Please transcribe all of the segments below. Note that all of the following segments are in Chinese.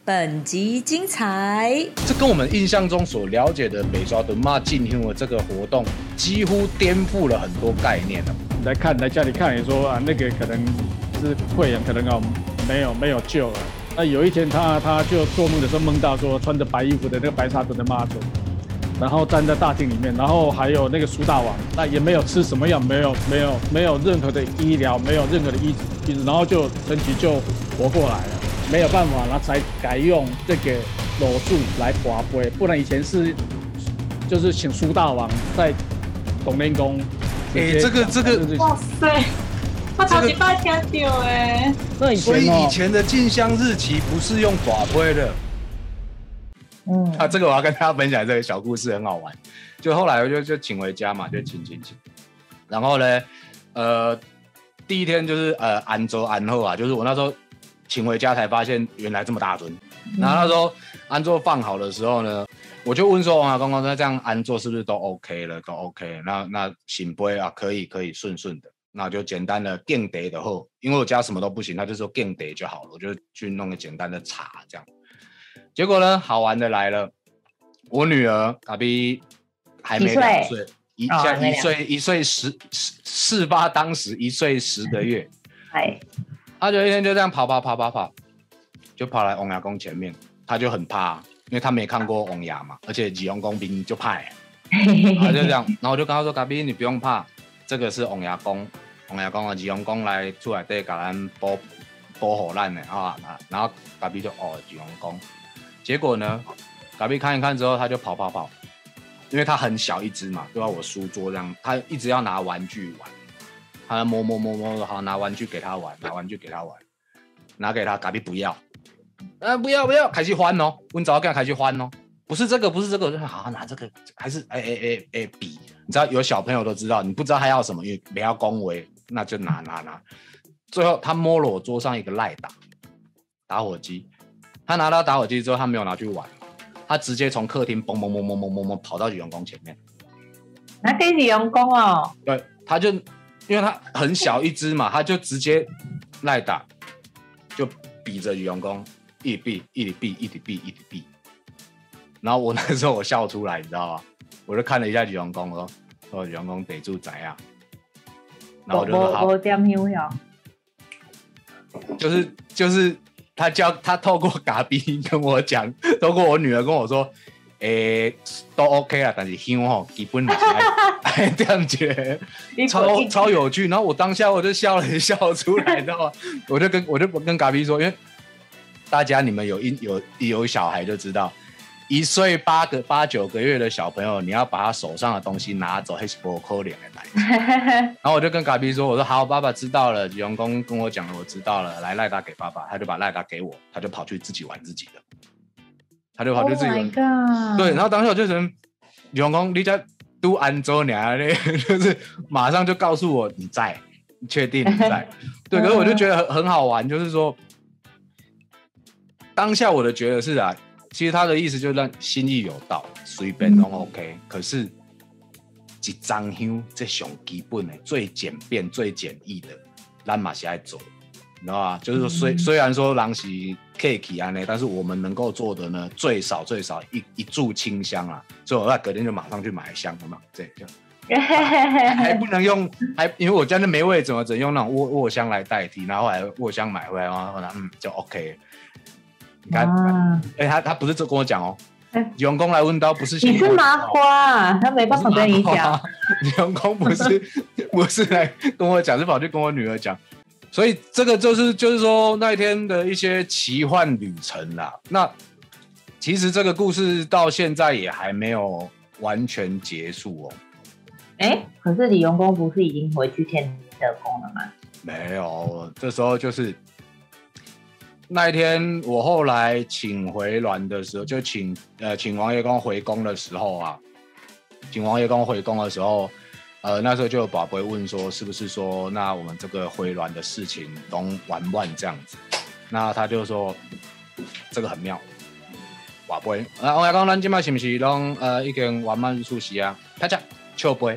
本集精彩， 这跟我们印象中所了解的北刷屯妈进香的这个活动几乎颠覆了很多概念了。 来家里看，也说啊，那个可能是会员，可能没有救了。那有一天他就做梦的时候梦到说，穿着白衣服的那个白沙屯的妈祖，然后站在大厅里面，然后还有那个苏大王，那也没有吃什么药，没有任何的医疗，没有任何的医治，然后就神奇就活过来了。没有办法，然后才改用这个裸柱来拔杯，不然以前就是请苏大王在董连宫。 这个， 哇塞！我头一摆听到哎。 所以以前的进香日期不是用拔杯的。这个我要跟大家分享这个小故事，很好玩。就后来我就请回家嘛，就请，然后呢，第一天就是安周安后啊，就是我那时候请回家才发现原来这么大尊。然后那时候安座放好的时候呢，我就问说王公公，那这样安座是不是都 OK 了？都 OK， 那醒杯啊，可以顺的。那就简单的敬茶的后，因为我家什么都不行，他就说敬茶就好了，我就去弄个简单的茶这样。结果呢，好玩的来了，我女儿卡比还没2岁，一岁事发当时1岁10个月，她就一天就这样跑，就跑来王爷公前面，她就很怕，因为她没看过王爷嘛，而且济阳公兵就怕，她就这样，然后我就跟她说，卡比你不用怕，这个是王爷公啊，济阳公来出来对，给咱保护咱的啊，然后卡比就济阳公。结果呢，嘎比看一看之后，他就跑，因为他很小一只嘛，就在我书桌这样，他一直要拿玩具玩，他摸，好拿玩具给他玩，拿给他，嘎比不要，不要，开始翻哦，温早干开始翻哦，不是这个，我就好拿这个，还是比，你知道有小朋友都知道，你不知道他要什么，因为不要恭维，那就拿，最后他摸了我桌上一个赖打火机。他拿到打火机之后，他没有拿去玩，他直接从客厅蹦跑到济阳公前面。 拿给济阳公哦。 对，他就因为他很小一只嘛，他就直接赖打，就比着济阳公，一直比。然后我那时候我笑出来，你知道吗？我就看了一下济阳公，我说济阳公得住宅啊。然后我就说好。就是他透过嘎比跟我讲，透过我女儿跟我说，都 OK 啦，但是香吼基本还是爱这样觉得，超有趣。然后我当下我就笑出来，你知道吗？我就跟嘎比说，因为大家你们有小孩就知道，1岁8、9个月的小朋友，你要把他手上的东西拿走，还是不可能的来。然后我就跟嘎比说，我说好，爸爸知道了，济阳公跟我讲了，我知道了，来赖打给爸爸，他就把赖打给我，他就跑去自己玩自己的，他就跑去自己玩。 Oh 对，然后当时我就觉得济阳公你在都安州呢，就是马上就告诉我你在，你确定你在？对，可是我就觉得很好玩，就是说当下我的觉得是啊，其实他的意思就是让心意有到，随便都 OK，可是。一张香这上基本的、最简便、最简易的，咱嘛是爱做，你知道吗？就是说虽然说人是客气安呢，但是我们能够做的呢，最少一炷清香啦。所以我隔天就马上去买香了嘛，这还不能用，因为我家那没位置，只能用那种卧香来代替，然后后来卧香买回来，然后就 OK。你看，他不是这跟我讲哦。济阳公来问到不是你是麻花，他没办法跟你讲。 济阳公不是来跟我讲，是跑去跟我女儿讲。所以这个就是说那一天的一些奇幻旅程啦。那其实这个故事到现在也还没有完全结束哦。 可是李阳公不是已经回去天德宫了吗？ 没有，这时候就是。那一天我后来请回銮的时候，就请王爷公回宫的时候啊，那时候就有宝贝问说，是不是说那我们这个回銮的事情都完这样子？那他就说这个很妙，宝贝，王爷公咱今麦是不是拢已经完满出席啊？啪嚓，笑杯，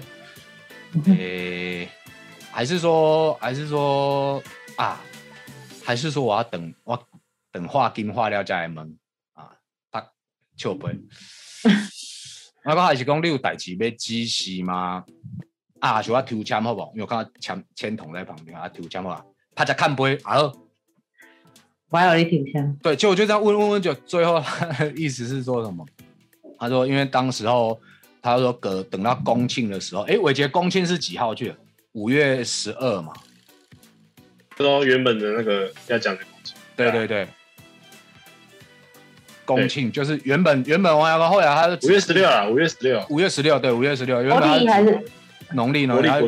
还是说我要等我等化金化了才来问啊，他笑杯。我还是讲你有代志要指示吗？啊，像我抽签好不好？因为我看到签筒在旁边啊，抽签好不好？拍只看杯，啊， 我还有你抽签。 对，就我就这样问，就最后他的意思是说什么？他说，因为当时候他说等到公庆的时候，伟杰公庆是几号去了？5月12嘛。 说原本的那个要讲的公庆。 对。公庆就是原本王牙膏，后来他是 5月16啊，5月16。 5月16，对，5月16。 国历还是农历？ 国历的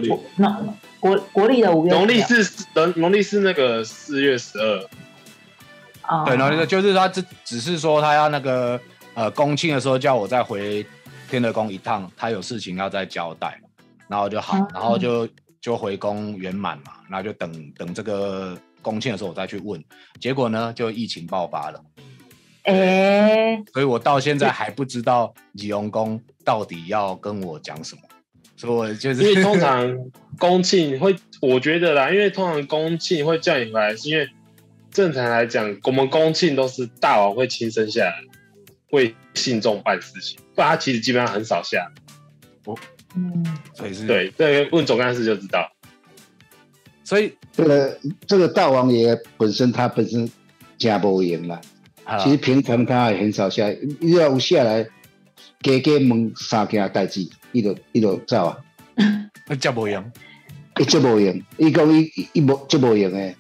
5月。 农历是那个4月12。 对，然后就是他只是说他要那个公庆的时候叫我再回天德宫一趟，他有事情要再交代，然后就好，然后就回宫圆满嘛，然后就等这个公庆的时候我再去问，结果呢就疫情爆发了。所以我到现在还不知道宜隆宫到底要跟我讲什么，所以我就是因为通常公庆会，我觉得啦，因为通常公庆会叫你回来，是因为正常来讲，我们公庆都是大王会亲身下来，为信众办事情，不然他其实基本上很少下来。 所以是对，这个问总干事就知道。 所以这个大王爷本身真无闲啦。其实平常他也很少下来，你要有下来，加问3件代志，伊就走啊。 真无用， 伊真无用，伊讲伊无真无用诶。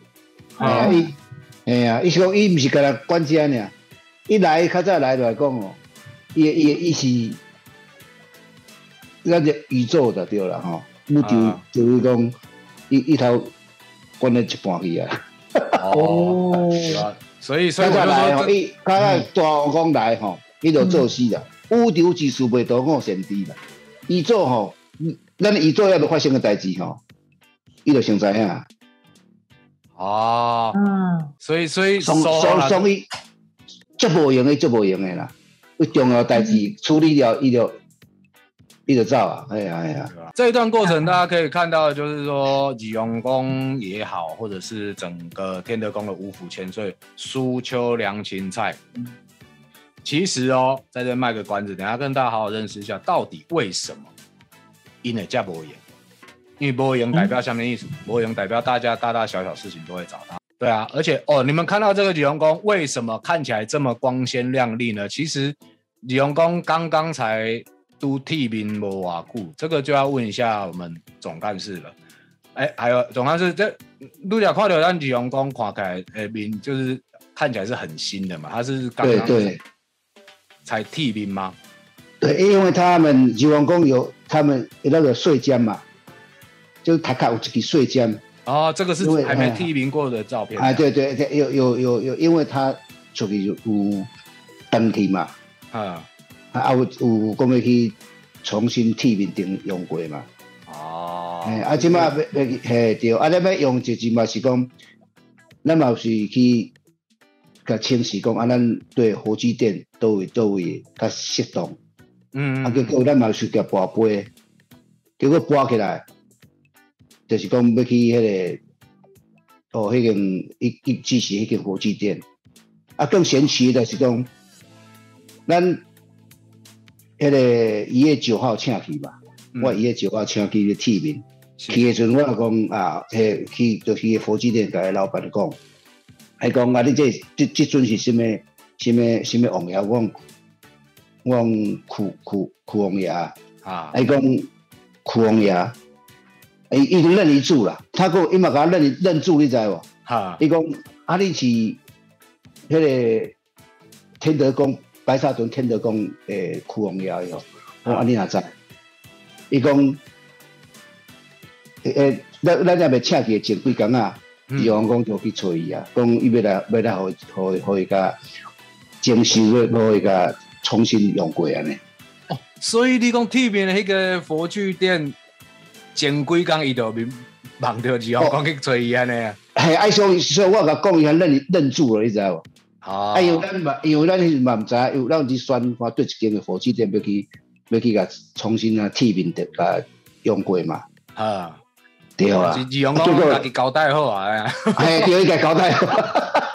伊是讲伊毋是干那管遮尔，伊来较早来就来讲哦，伊是咱个宇宙的对啦吼，宇宙就是讲伊头管了一半去啊。 所以我就说，伊刚才大王公来吼，伊就做事啦。宇宙之事袂多我先知啦。宇宙吼，咱宇宙要发生个代志吼，伊就先知影。 所以伊足无用诶啦。有重要代志处理了，伊就走啊。哎呀。 这一段过程，大家可以看到，就是说宜隆宫也好，或者是整个天德宫的五府千岁、苏秋凉芹菜，其实在这卖个关子，等一下跟大家好好认识一下，到底为什么因为这么无用？因为无用代表什么意思？无用代表大家大大小小事情都会找他。对啊，而且你们看到这个宜隆宫为什么看起来这么光鲜亮丽呢？其实宜隆宫刚刚才都替兵没瓦固，这个就要问一下我们总干事了。还有总干事，这你也看到咱宜隆宫看起来面就是看起来是很新的嘛，它是刚刚才替兵吗？ 对，因为他们宜隆宫有他们有那个税监嘛，就是他看有一个税监。 这个是还没替兵过的照片。 对，有，因为他出去有登记嘛。有讲要去重新替面顶用过嘛？即摆对，咱要用就是嘛是讲，咱嘛是去甲清洗讲，咱对火炬点倒位较适当。结果咱嘛是甲跋杯，结果跋起来，就是讲要去迄个迄间一支持迄间火炬点。更神奇的是讲，咱迄个1月9号请去嘛，我1月9号请去替面，去的时阵我讲去就去火炬店甲老板讲，讲你这阵是什么王爷？我讲苦王爷讲苦王爷，伊就认一住啦。他讲伊嘛甲认住，你知无？伊讲你是迄个天德宫。白沙屯天德宫苦王爷哟，你哪知？伊讲，咱也未请去前几工啊，宜隆宫就去找伊啊，讲伊要来互伊甲征收，互伊甲重新用过安尼。 所以你讲替面的迄个佛具店，前几工伊就忙着宜隆宫去找伊安尼啊。 所以我甲讲伊还认住了，你知无？因为咱是嘛唔知，因为咱去选看对一间嘅火炬店要去甲重新替面甲用过嘛。对啊。 宜隆宫家己交代好啊。 对，伊家交代好。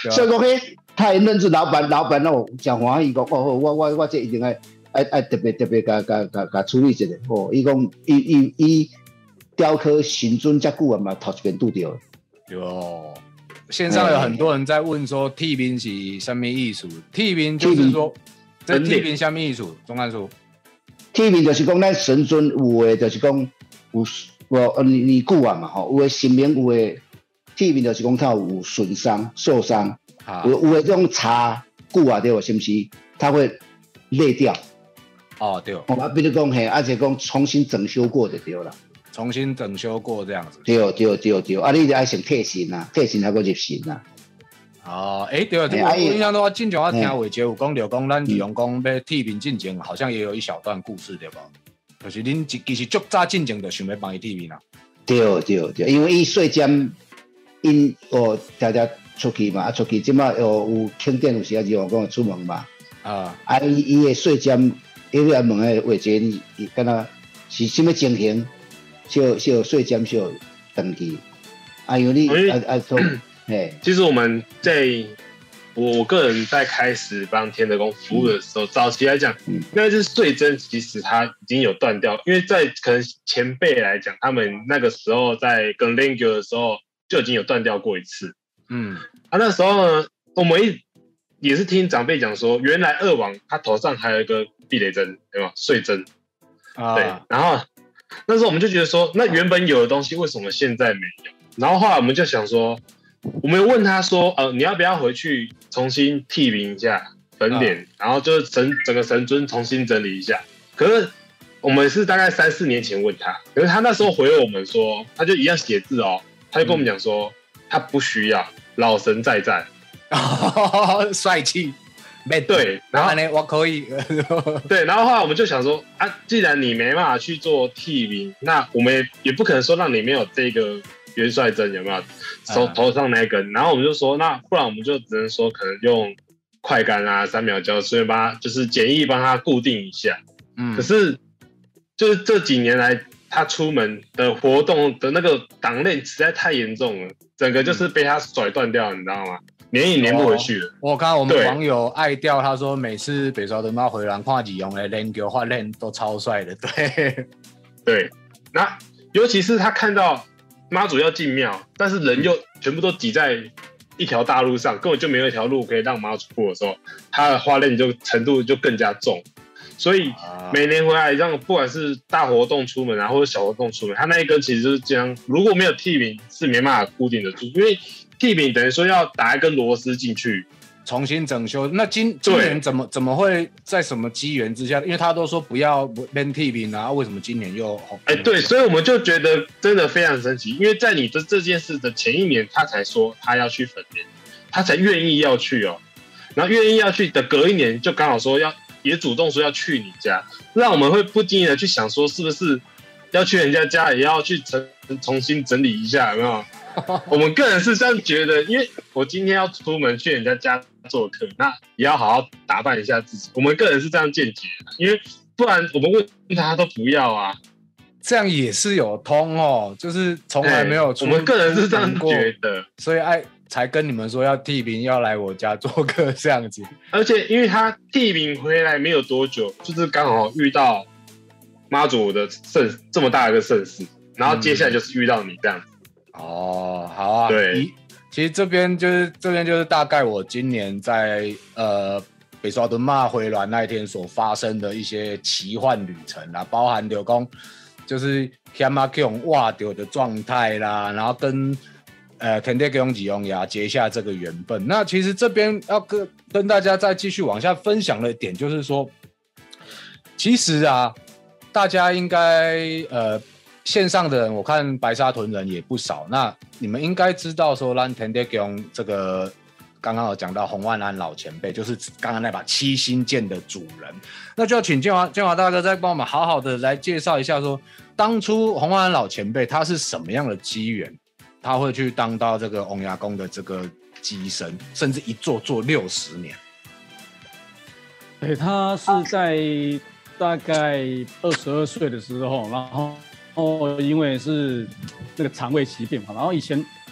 所以讲嘿，他也认识老板哦，真欢喜讲哦，我这一定爱特别甲处理一下哦。伊讲伊雕刻神尊遮久啊嘛，头一遍拄着。 有，线上有很多人在问说剃面是什么意思？剃面就是说，这剃面什么意思？钟汉叔， 剃面就是讲咱神尊有诶，就是讲有年久啊嘛吼，有诶神明有诶剃面就是讲他有损伤、受伤，有诶这种擦久啊对吧？是不是？它会裂掉。 哦对。 啊，比如讲嘿，而且讲重新整修过就对了。 重新整修过这样子。 对，啊，你就爱先替身啊，替身还佫入神啊。 哦，对啊，我印象中我经常我听伟杰有讲到讲，咱利用讲要剃面进前，好像也有一小段故事对吧？就是恁其实足早进前就想要帮伊剃面啦。 对，因为伊细针因常出去嘛，出去即马有停电有时啊，就讲出门嘛。伊诶细针，伊来问诶伟杰，伊敢若是什么情形？就碎针就登记，因为你其实我们我个人在开始帮天德宫服务的时候，早期来讲，那只碎针其实它已经有断掉，因为在可能前辈来讲，他们那个时候在跟 Langio 的时候就已经有断掉过一次。那时候呢，我们也是听长辈讲说，原来二王他头上还有一个避雷针，对吧？碎针，对，然后。那时候我们就觉得说，那原本有的东西为什么现在没有？然后后来我们就想说，我们问他说，你要不要回去重新剃名一下粉脸，然后就是整个神尊重新整理一下？可是我们是大概3-4年前问他，可是他那时候回我们说，他就一样写字哦，他就跟我们讲说，他不需要，老神在在， 帅气。 对，然后呢，我可以。 对，然后后来我们就想说啊，既然你没办法去做剃名，那我们也不可能说让你没有这个元帅针，有没有？头上那一根，然后我们就说，那不然我们就只能说可能用快干啊、3秒胶，所以把它就是简易帮它固定一下。可是就是这几年来，他出门的活动的那个党链实在太严重了，整个就是被他甩断掉，你知道吗？粘也粘不回去了。 我看我们网友爱掉，他说每次北朝的妈回来看几用的练球画练都超帅的， 对。那尤其是他看到妈祖要进庙，但是人又全部都挤在一条大路上，根本就没有一条路可以让妈祖过的时候，他的花练就程度就更加重。所以每年回来让不管是大活动出门啊，或者小活动出门，他那一根其实就是这样，如果没有剃名是没办法固定得住，因为剃名等于说要打一根螺丝进去， 重新整修。那今年怎么会在什么机缘之下？因为他都说不要练剃名啊，为什么今年又对，所以我们就觉得真的非常神奇，因为在你的这件事的前一年，他才说他要去粉莲，他才愿意要去哦，然后愿意要去的隔一年就刚好说也主动说要去你家，让我们会不经意的去想说，是不是要去人家家也要去重新整理一下，有没有？我们个人是这样觉得，因为我今天要出门去人家家做客，那也要好好打扮一下自己。我们个人是这样见解，因为不然我们问他都不要啊。 这样也是有通哦，就是从来没有我们个人是这样觉得， 所以才跟你们说要剃名，要来我家做客这样子。 而且因为他剃名回来没有多久，就是刚好遇到妈祖的这么大的一个盛事，然后接下来就是遇到你这样子。 哦，好啊。 对， 其实这边就是大概我今年在北刷敦马回銮那一天所发生的一些奇幻旅程啦，包含就讲就是险啊用挖掉的状态啦，然后跟天地宫吉翁呀结下这个缘分。那其实这边要跟大家再继续往下分享的点就是说，其实啊，大家应该线上的人，我看白沙屯人也不少。那你们应该知道说，咱天地宫这个刚刚有讲到洪万安老前辈，就是刚刚那把7星剑的主人。那就要请建华大哥再帮我们好好的来介绍一下说，当初洪万安老前辈他是什么样的机缘，他会去当到这个翁牙宫的这个乩身，甚至一做60年。 对，他是在大概22岁的时候，然后因为是那个肠胃疾病嘛，然后以前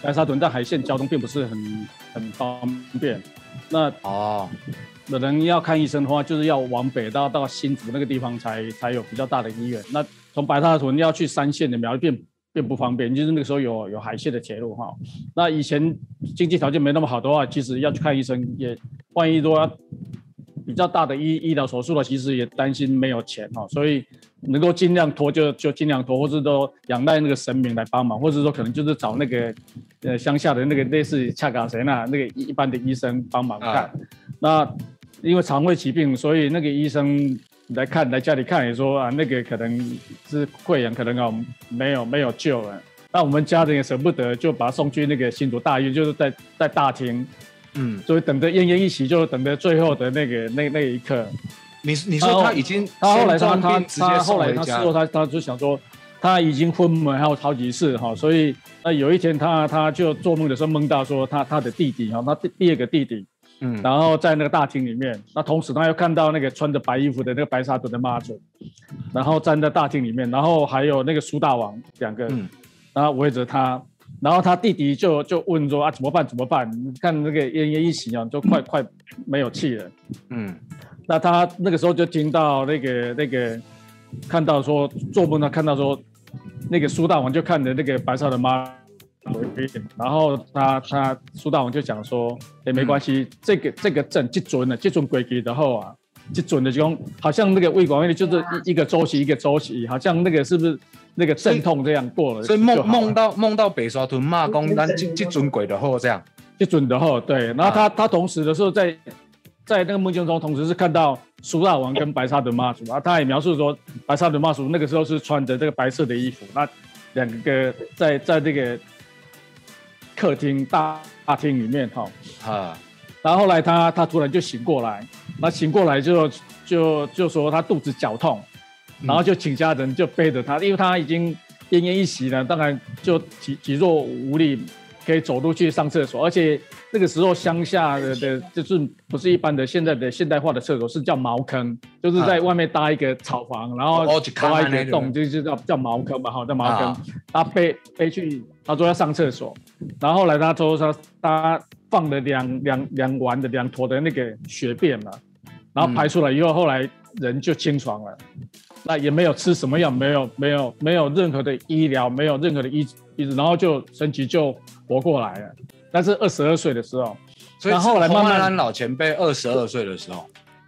白沙屯到海线交通并不是很方便。那有人要看医生的话，就是要往北到新竹那个地方才有比较大的医院。那从白沙屯要去3线的苗栗并不方便，就是那个时候有海线的铁路哈。那以前经济条件没那么好的话，其实要去看医生也万一都要比较大的医疗手术了，其实也担心没有钱哈，所以能够尽量拖就尽量拖，或是都仰赖那个神明来帮忙，或者说可能就是找那个乡下的那个类似恰嘎谁那个一般的医生帮忙看。那因为肠胃疾病，所以那个医生来家里看也说啊，那个可能是溃疡，可能没有救了。那我们家人也舍不得，就把他送去那个新竹大医院，就是在大厅，所以等着奄奄一息，就等着最后的那一刻。 你说他已经他后来他后来他事后他就想说他已经昏迷还有好几次哈，所以有一天他就做梦的时候梦到说他的弟弟哈，他第二个弟弟。然后在那个大厅里面，那同时他又看到那个穿着白衣服的那个白沙屯的妈祖，然后站在大厅里面，然后还有那个苏大王2个，然后围着他，然后他弟弟就问说啊怎么办？你看那个奄奄一息啊，就快没有气了。那他那个时候就听到那个看到说做梦，他看到说那个苏大王就看着那个白沙屯妈。然后他苏大王就讲说，没关系，这个症这准规矩的后啊，这准的就好像那个胃管就是一个周期，好像那个是不是那个阵痛这样过了？ 所以梦到白沙屯妈公，但这准鬼的后这样， 这准的后对。然后他同时的时候在那个梦境中，同时是看到苏大王跟白沙屯妈祖啊，他也描述说白沙屯妈祖那个时候是穿着这个白色的衣服，那2个在这个客厅大厅里面然后后来他突然就醒过来，那醒过来就说他肚子绞痛，然后就请家人就背着他，因为他已经奄奄一息了，当然就体弱无力，可以走路去上厕所，而且那个时候乡下的就是不是一般的现在的现代化的厕所，是叫茅坑，就是在外面搭一个草房，然后挖一个洞，就叫茅坑嘛，叫茅坑。他背去，他说要上厕所，然后后来他说他放了两碗的2坨的那个血便嘛，然后排出来以后，后来人就清爽了。那也没有吃什么药，没有任何的医疗，没有任何的医治，然后就神奇就活过来了。那是22岁的时候， 所以后来慢慢老前辈22岁的时候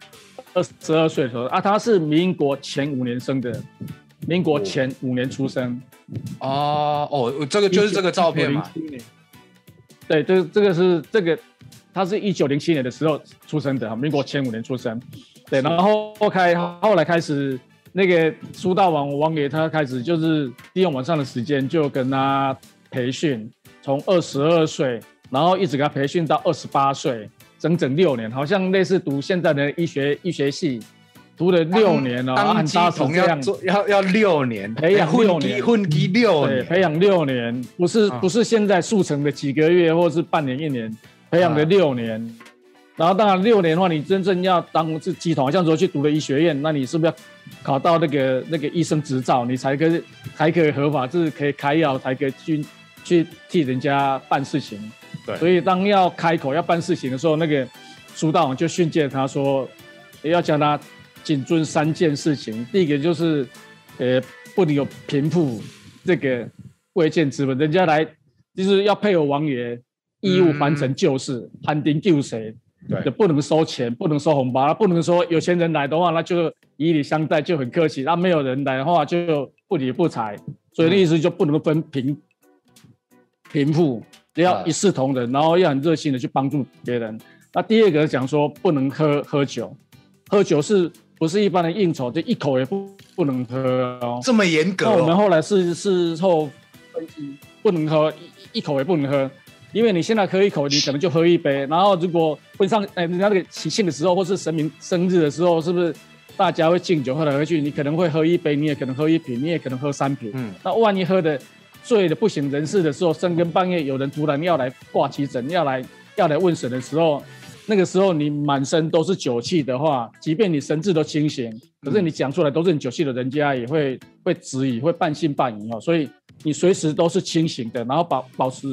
，22岁的时候啊，他是民国前5年生的，民国前5年出生。 这个就是这个照片嘛。 对，这个，他是1907年的时候出生的，民国前5年出生。对，然后后来开始。那个苏大王爷他开始就是利用晚上的时间就跟他培训，从22岁，然后一直给他培训到28岁，整整6年，好像类似读现在的医学系，读了6年哦， 当鸡童要6年， 培养6年， 混基6年， 培养6年，不是现在速成的几个月或是半年1年，培养了6年。然后当然6年的话，你真正要当是鸡童，像说去读了医学院，那你是不是要考到那个医生执照，你才可以合法，就是可以开药，才可以去替人家办事情。 对， 所以当要开口要办事情的时候，那个苏大王就训诫他说，要叫他谨遵3件事情。第一个就是，不能有贫富这个贵贱之分，人家来就是要配合王爷，义务完成旧事，喊丁救谁。对，不能收钱，不能收红包，不能说有钱人来的话，那就以礼相待，就很客气；那没有人来的话，就不理不睬。所以的意思就不能分贫富，要一视同仁，然后要很热心的去帮助别人。那第二个讲说不能喝酒，喝酒是不是一般的应酬，就一口也不能喝哦。 这么严格哦。 那我们后来事后分析，不能喝，一口也不能喝。因为你现在喝一口，你可能就喝一杯，然后如果婚上人家那个喜庆的时候，或是神明生日的时候，是不是大家会敬酒喝来喝去？你可能会喝1杯，你也可能喝1瓶，你也可能喝3瓶。那万一喝的醉的不省人事的时候，深更半夜有人突然要来挂急诊，要来问诊的时候，那个时候你满身都是酒气的话，即便你神志都清醒，可是你讲出来都是很酒气的，人家也会质疑，会半信半疑哦。所以你随时都是清醒的，然后保持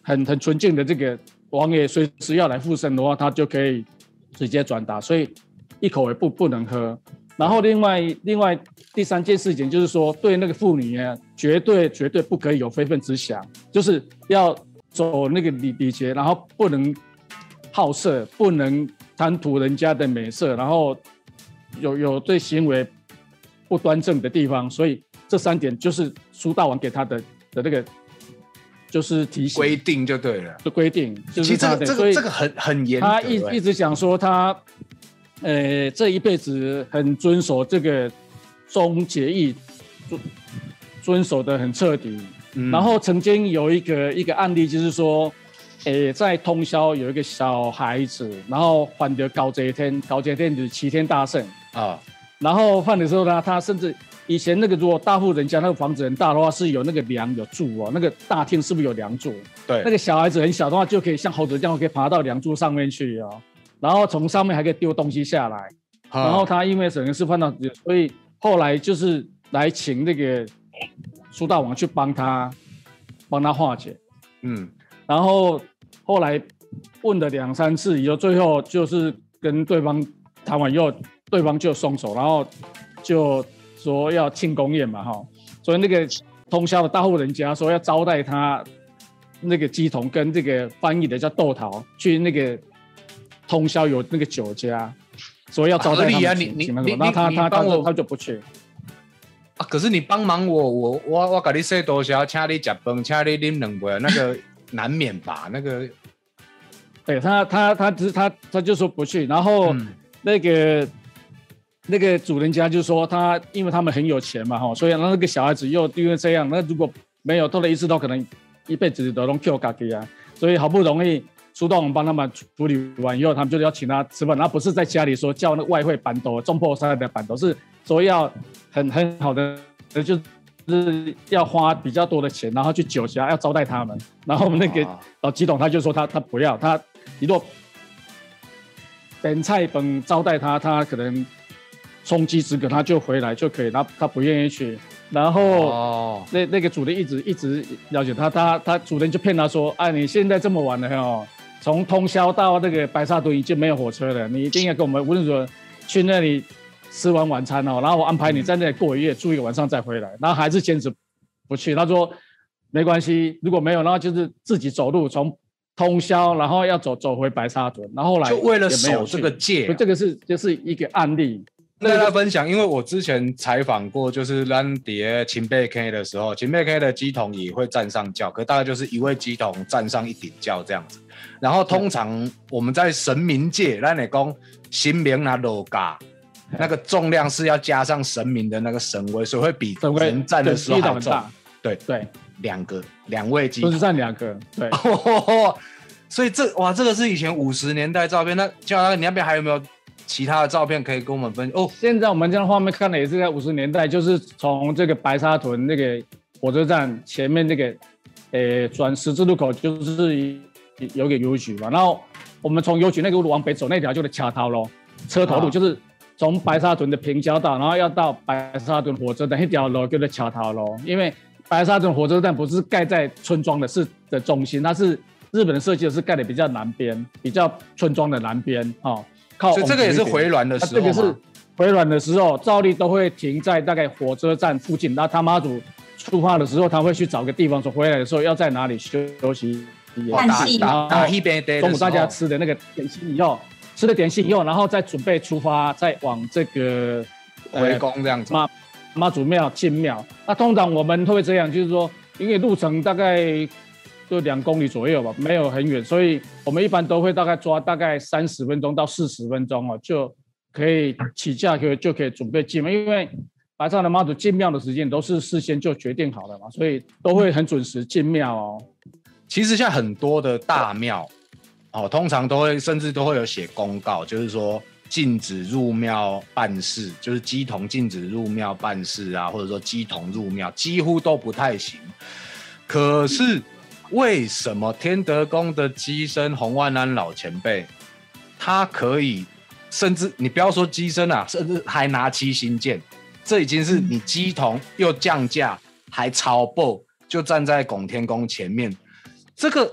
很纯净的这个王爷随时要来附身的话，他就可以直接转达，所以一口也不能喝。然后另外第3件事情就是说，对那个妇女呢，绝对不可以有非分之想，就是要走那个礼节，然后不能好色，不能贪图人家的美色，然后有对行为不端正的地方。所以这3点就是苏大王给他的那个就是提醒规定就对了， 规定就是他的。 其实这个很严格， 他一直讲说他这一辈子很遵守这个忠节义，遵守的很彻底。然后曾经有一个案例，就是说，在通宵有一个小孩子，然后犯的高阶天就是齐天大圣啊。然后犯的时候呢，他甚至以前那个如果大户人家那个房子很大的话，是有那个梁有柱哦，那个大厅是不是有梁柱？ 对， 那个小孩子很小的话，就可以像猴子这样可以爬到梁柱上面去哦，然后从上面还可以丢东西下来。然后他因为整个是犯到，所以后来就是来请那个苏大王去帮他化解。然后后来问了2、3次以后，最后就是跟对方谈完以后，对方就松手，然后就说要庆功宴嘛，所以那个通宵的大户人家说要招待他那个乩童跟这个翻译的叫窦桃去那个通宵有那个酒家，所以要招待他们请那个，然后他就不去。 可是你帮忙我给你洗多少，请你吃饭，请你啉2杯，那个难免吧？那个， 对他就说不去，然后那个主人家就说因为他们很有钱嘛，所以那个小孩子又因为这样，那如果没有偷了1次都可能一辈子都Q自己啊，所以好不容易苏大王帮他们处理完以后，他们就要请他吃饭，然后不是在家里说叫那外汇板斗中破山的板斗，是说要很好的，就是要花比较多的钱，然后去酒家要招待他们。然后那个老乩童他就说他不要，你若点菜本招待他可能充饥止渴他就回来就可以，他不愿意去。然后那个主人一直了解他主人就骗他说，你现在这么晚了从通宵到那个白沙屯已经没有火车了，你一定要跟我们无论如何去那里吃完晚餐然后我安排你在那里过1夜，住1个晚上再回来。然后还是坚持不去，他说没关系，如果没有，然后就是自己走路从通宵，然后要走回白沙屯，然后后来就为了守这个戒， 这个就是一个案例。 跟大家分享，因为我之前采访过，就是咱在秦北 K 的时候，秦北 K 的乩童也会站上轿，可大概就是1位乩童站上1顶轿这样子。然后通常我们在神明界，咱来讲神明拿落架，那个重量是要加上神明的那个神威，所以会比人站的时候还重。对，2位乩童都是站2个，对。 所以这个是以前50年代照片，那你那边还有没有其他的照片可以跟我们分享？ 现在我们这样画面看的也是在50年代，就是从这个白沙屯那个火车站前面那个转十字路口，就是有个邮局嘛。然后我们从邮局那个路往北走，那条就是车头路，车头路就是从白沙屯的平交道，然后要到白沙屯火车站那条路叫做车头路。因为白沙屯火车站不是盖在村庄的中心，它是日本的设计是盖的比较南边，比较村庄的南边所以这个也是回銮的时候， 这个是回銮的时候，照例都会停在大概火车站附近。那他妈祖出发的时候，他会去找个地方说回来的时候要在哪里休息。中午大家吃的那个点心以后，然后再准备出发，再往这个回宫这样子。 妈祖庙进庙。那通常我们会这样，就是说，因为路程大概就2公里左右吧，没有很远，所以我们一般都会大概抓大概30分钟到40分钟就可以起驾，就可以准备进庙。因为白沙屯妈祖进庙的时间都是事先就决定好了嘛，所以都会很准时进庙其实现在很多的大庙通常甚至都会有写公告，就是说禁止入庙办事，就是乩童禁止入庙办事啊，或者说乩童入庙几乎都不太行。可是为什么天德宫的乩身洪万安老前辈，他可以，甚至你不要说乩身啊，甚至还拿7星剑，这已经是你乩童又降价还超爆，就站在拱天宫前面，这个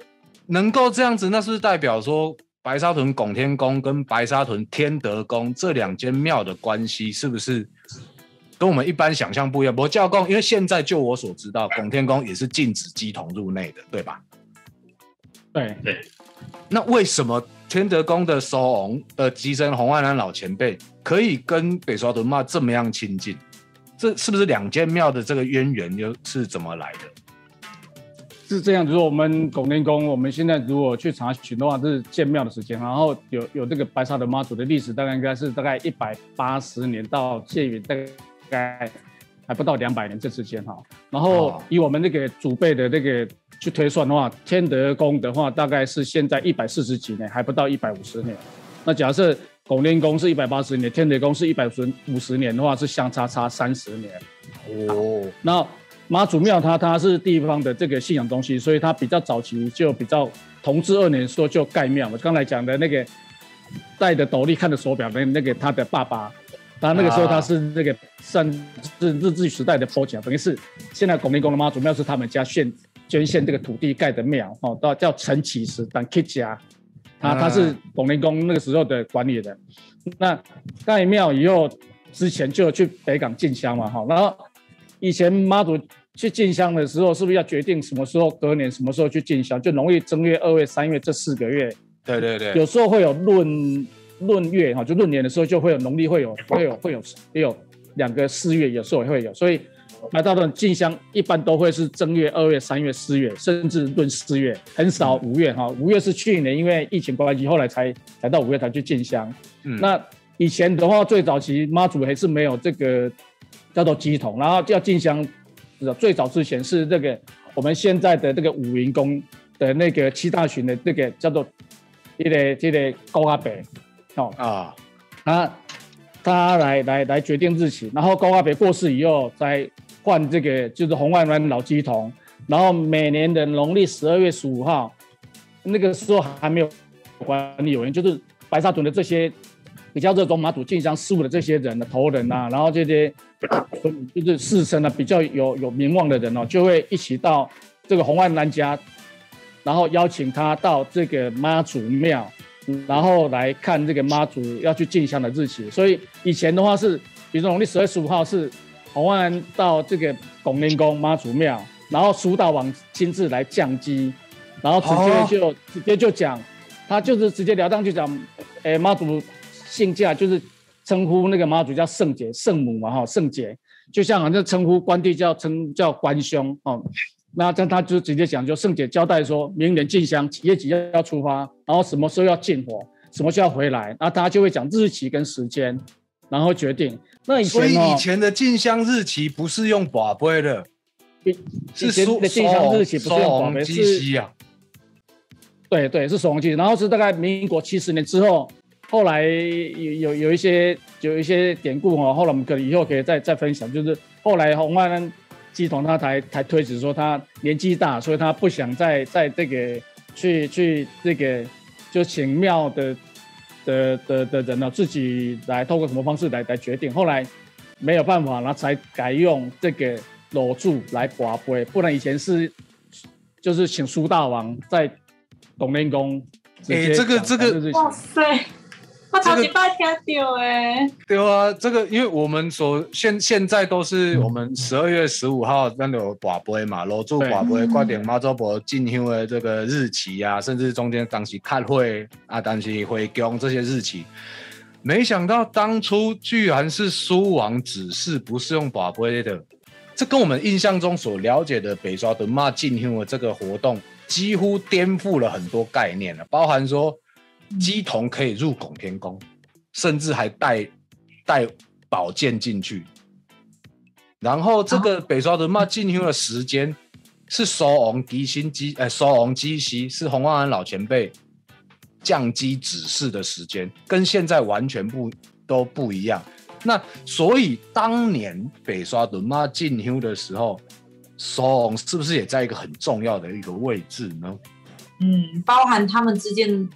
能够这样子，那是不是代表说白沙屯拱天宫跟白沙屯天德宫这2间庙的关系是不是跟我们一般想象不一样？不过教供，因为现在就我所知道，拱天宫也是禁止乩童入内的，对吧？ 对。 那为什么天德宫的收翁的乩身洪万安老前辈可以跟北沙屯妈这么样亲近？这是不是2间庙的这个渊源又是怎么来的？ 是这样，就是我们拱天宫，我们现在如果去查询的话，是建庙的时间，然后有这个白沙屯妈祖的历史，大概应该是大概180年到介于大概还不到200年这之间哈。然后以我们那个祖辈的那个去推算的话，天德宫的话大概是现在140几年，还不到150年。那假设拱天宫是180年，天德宫是150年的话，是相差30年。哦，那妈祖庙它是地方的这个信仰中心，所以它比较早期就比较同治2年的时候就盖庙。我刚才讲的那个戴的斗笠、看的手表的那个他的爸爸，他那个时候他是那个算是日治时代的波甲，等于是现在拱天宫的妈祖庙是他们家捐献这个土地盖的庙哦，叫陈启时当 K 家，他是拱天宫那个时候的管理人。那盖庙以后之前就去北港进香嘛哈，然后以前妈祖去进香的时候，是不是要决定什么时候隔年什么时候去进香？就农历正月、2月、3月这4个月。 对对对。 有时候会有闰月哈，就闰年的时候就会有农历会有也有2个4月，有时候也会有。所以来到的进香一般都会是正月、2月、3月、4月，甚至闰4月，很少5月哈。5月是去年因为疫情关系，后来才到5月才去进香。那以前的话，最早期妈祖还是没有这个叫做乩童，然后要进香，最早之前是这个我们现在的这个五云宫的那个7大巡的这个叫做这个高阿伯哦啊，他来决定日期，然后高阿伯过世以后，再换这个就是洪万安老乩童，然后每年的农历12月15号，那个时候还没有管理有人，就是白沙屯的这些比较热衷妈祖进香事务的这些人的头人啊，然后这些就是士绅啊，比较有名望的人哦，就会一起到这个洪万安家，然后邀请他到这个妈祖庙，然后来看这个妈祖要去进香的日期。所以以前的话是，比如说农历12月15号是洪万安到这个拱天宫妈祖庙，然后苏大王亲自来降乩，然后直接就讲，他就是直截了当就讲，妈祖姓驾就是称呼那个妈祖叫圣姐、圣母嘛哈，圣姐，就像好像称呼关帝叫关兄哦。那他就直接讲，就圣姐交代说，明年进香几月几日要出发，然后什么时候要进火，什么时候要回来，然后他就会讲日期跟时间，然后决定。那所以以前的进香日期不是用跋杯的， 以前的进香日期不是用跋杯，是对，是守王祭。然后是大概民国70年之后，后来有一些典故哈，后来我们以后可以再分享，就是后来洪万安乩童他才推辞说他年纪大，所以他不想在这个去这个就请庙的人呢自己来透过什么方式来决定。后来没有办法，然后才改用这个裸柱来跋杯，不然以前是就是请苏大王在拱天宫。 这个哇塞！我头一摆听到对啊，这个因为我们现在都是我们12月15号那有跋杯嘛，裸柱跋杯，决定妈祖婆进香的这个日期啊，甚至中间当时开会啊，当时回宫这些日期，没想到当初居然是苏王指示，不是用跋杯的，这跟我们印象中所了解的北沙屯妈进香的这个活动几乎颠覆了很多概念了，包含说乩童可以入拱天宫，甚至还带宝剑进去。然后这个北沙屯妈进香的时间是收王乩息，是洪万安老前辈降乩指示的时间，跟现在完全都不一样。那所以当年北沙屯妈进香的时候，收王是不是也在一个很重要的一个位置呢？ 包含他们之间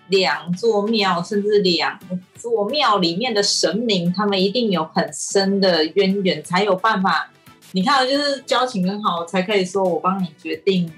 2座庙，甚至2座庙里面的神明，他们一定有很深的渊源，才有办法。你看，就是交情很好，才可以说我帮你决定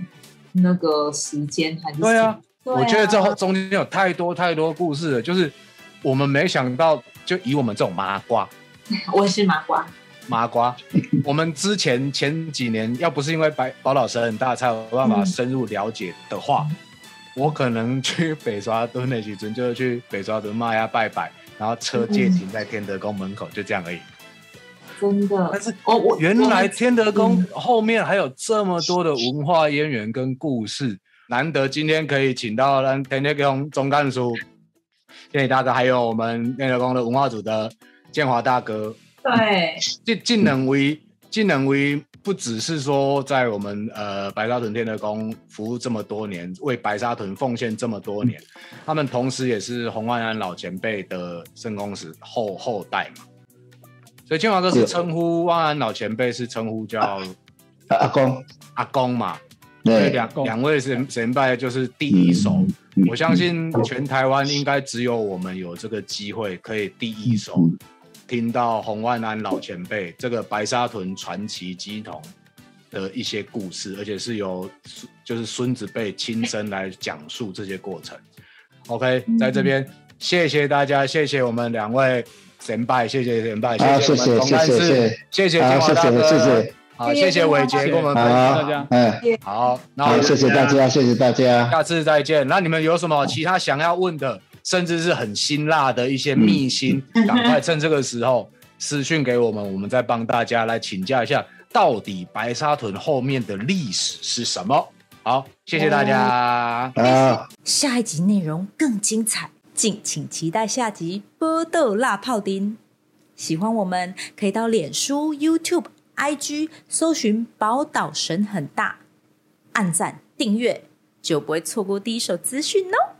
那个时间还是？ 对啊，我觉得这中间有太多故事了，就是我们没想到，就以我们这种麻瓜， 我是麻瓜， 我们前几年要不是因为宝岛神很大才有办法深入了解的话，我可能去北沙屯的时阵就是去北沙屯妈呀拜拜，然后车借停在天德宫门口，就这样而已。 真的， 但是原来天德宫后面还有这么多的文化渊源跟故事，难得今天可以请到天德宫总干事建议大哥，还有我们天德宫的文化组的建华大哥。 对， 这两位不只是说在我们白沙屯天德宫服务这么多年，为白沙屯奉献这么多年，他们同时也是洪万安老前辈的圣公使后代嘛。所以建华哥是称呼万安老前辈是称呼叫阿公嘛，所以两位前辈就是第一手。我相信全台湾应该只有我们有这个机会可以第一手听到洪万安老前辈这个白沙屯传奇乩童的一些故事，而且是由就是孙子辈亲身来讲述这些过程。OK， 在这边谢谢大家，谢谢我们两位前辈，谢谢前辈，谢谢我们总干事，谢谢建华大哥，谢谢。好，谢谢伟杰跟我们分享大家。好，那谢谢大家，谢谢大家， 下次再见。那你们有什么其他想要问的，甚至是很辛辣的一些秘辛，赶快趁这个时候私讯给我们，我们再帮大家来请教一下，到底白沙屯后面的历史是什么？好，谢谢大家。 下一集内容更精彩，敬请期待下集波豆辣泡丁。喜欢我们可以到脸书、YouTube、IG 搜寻宝岛神很大，按赞订阅就不会错过第一手资讯哦。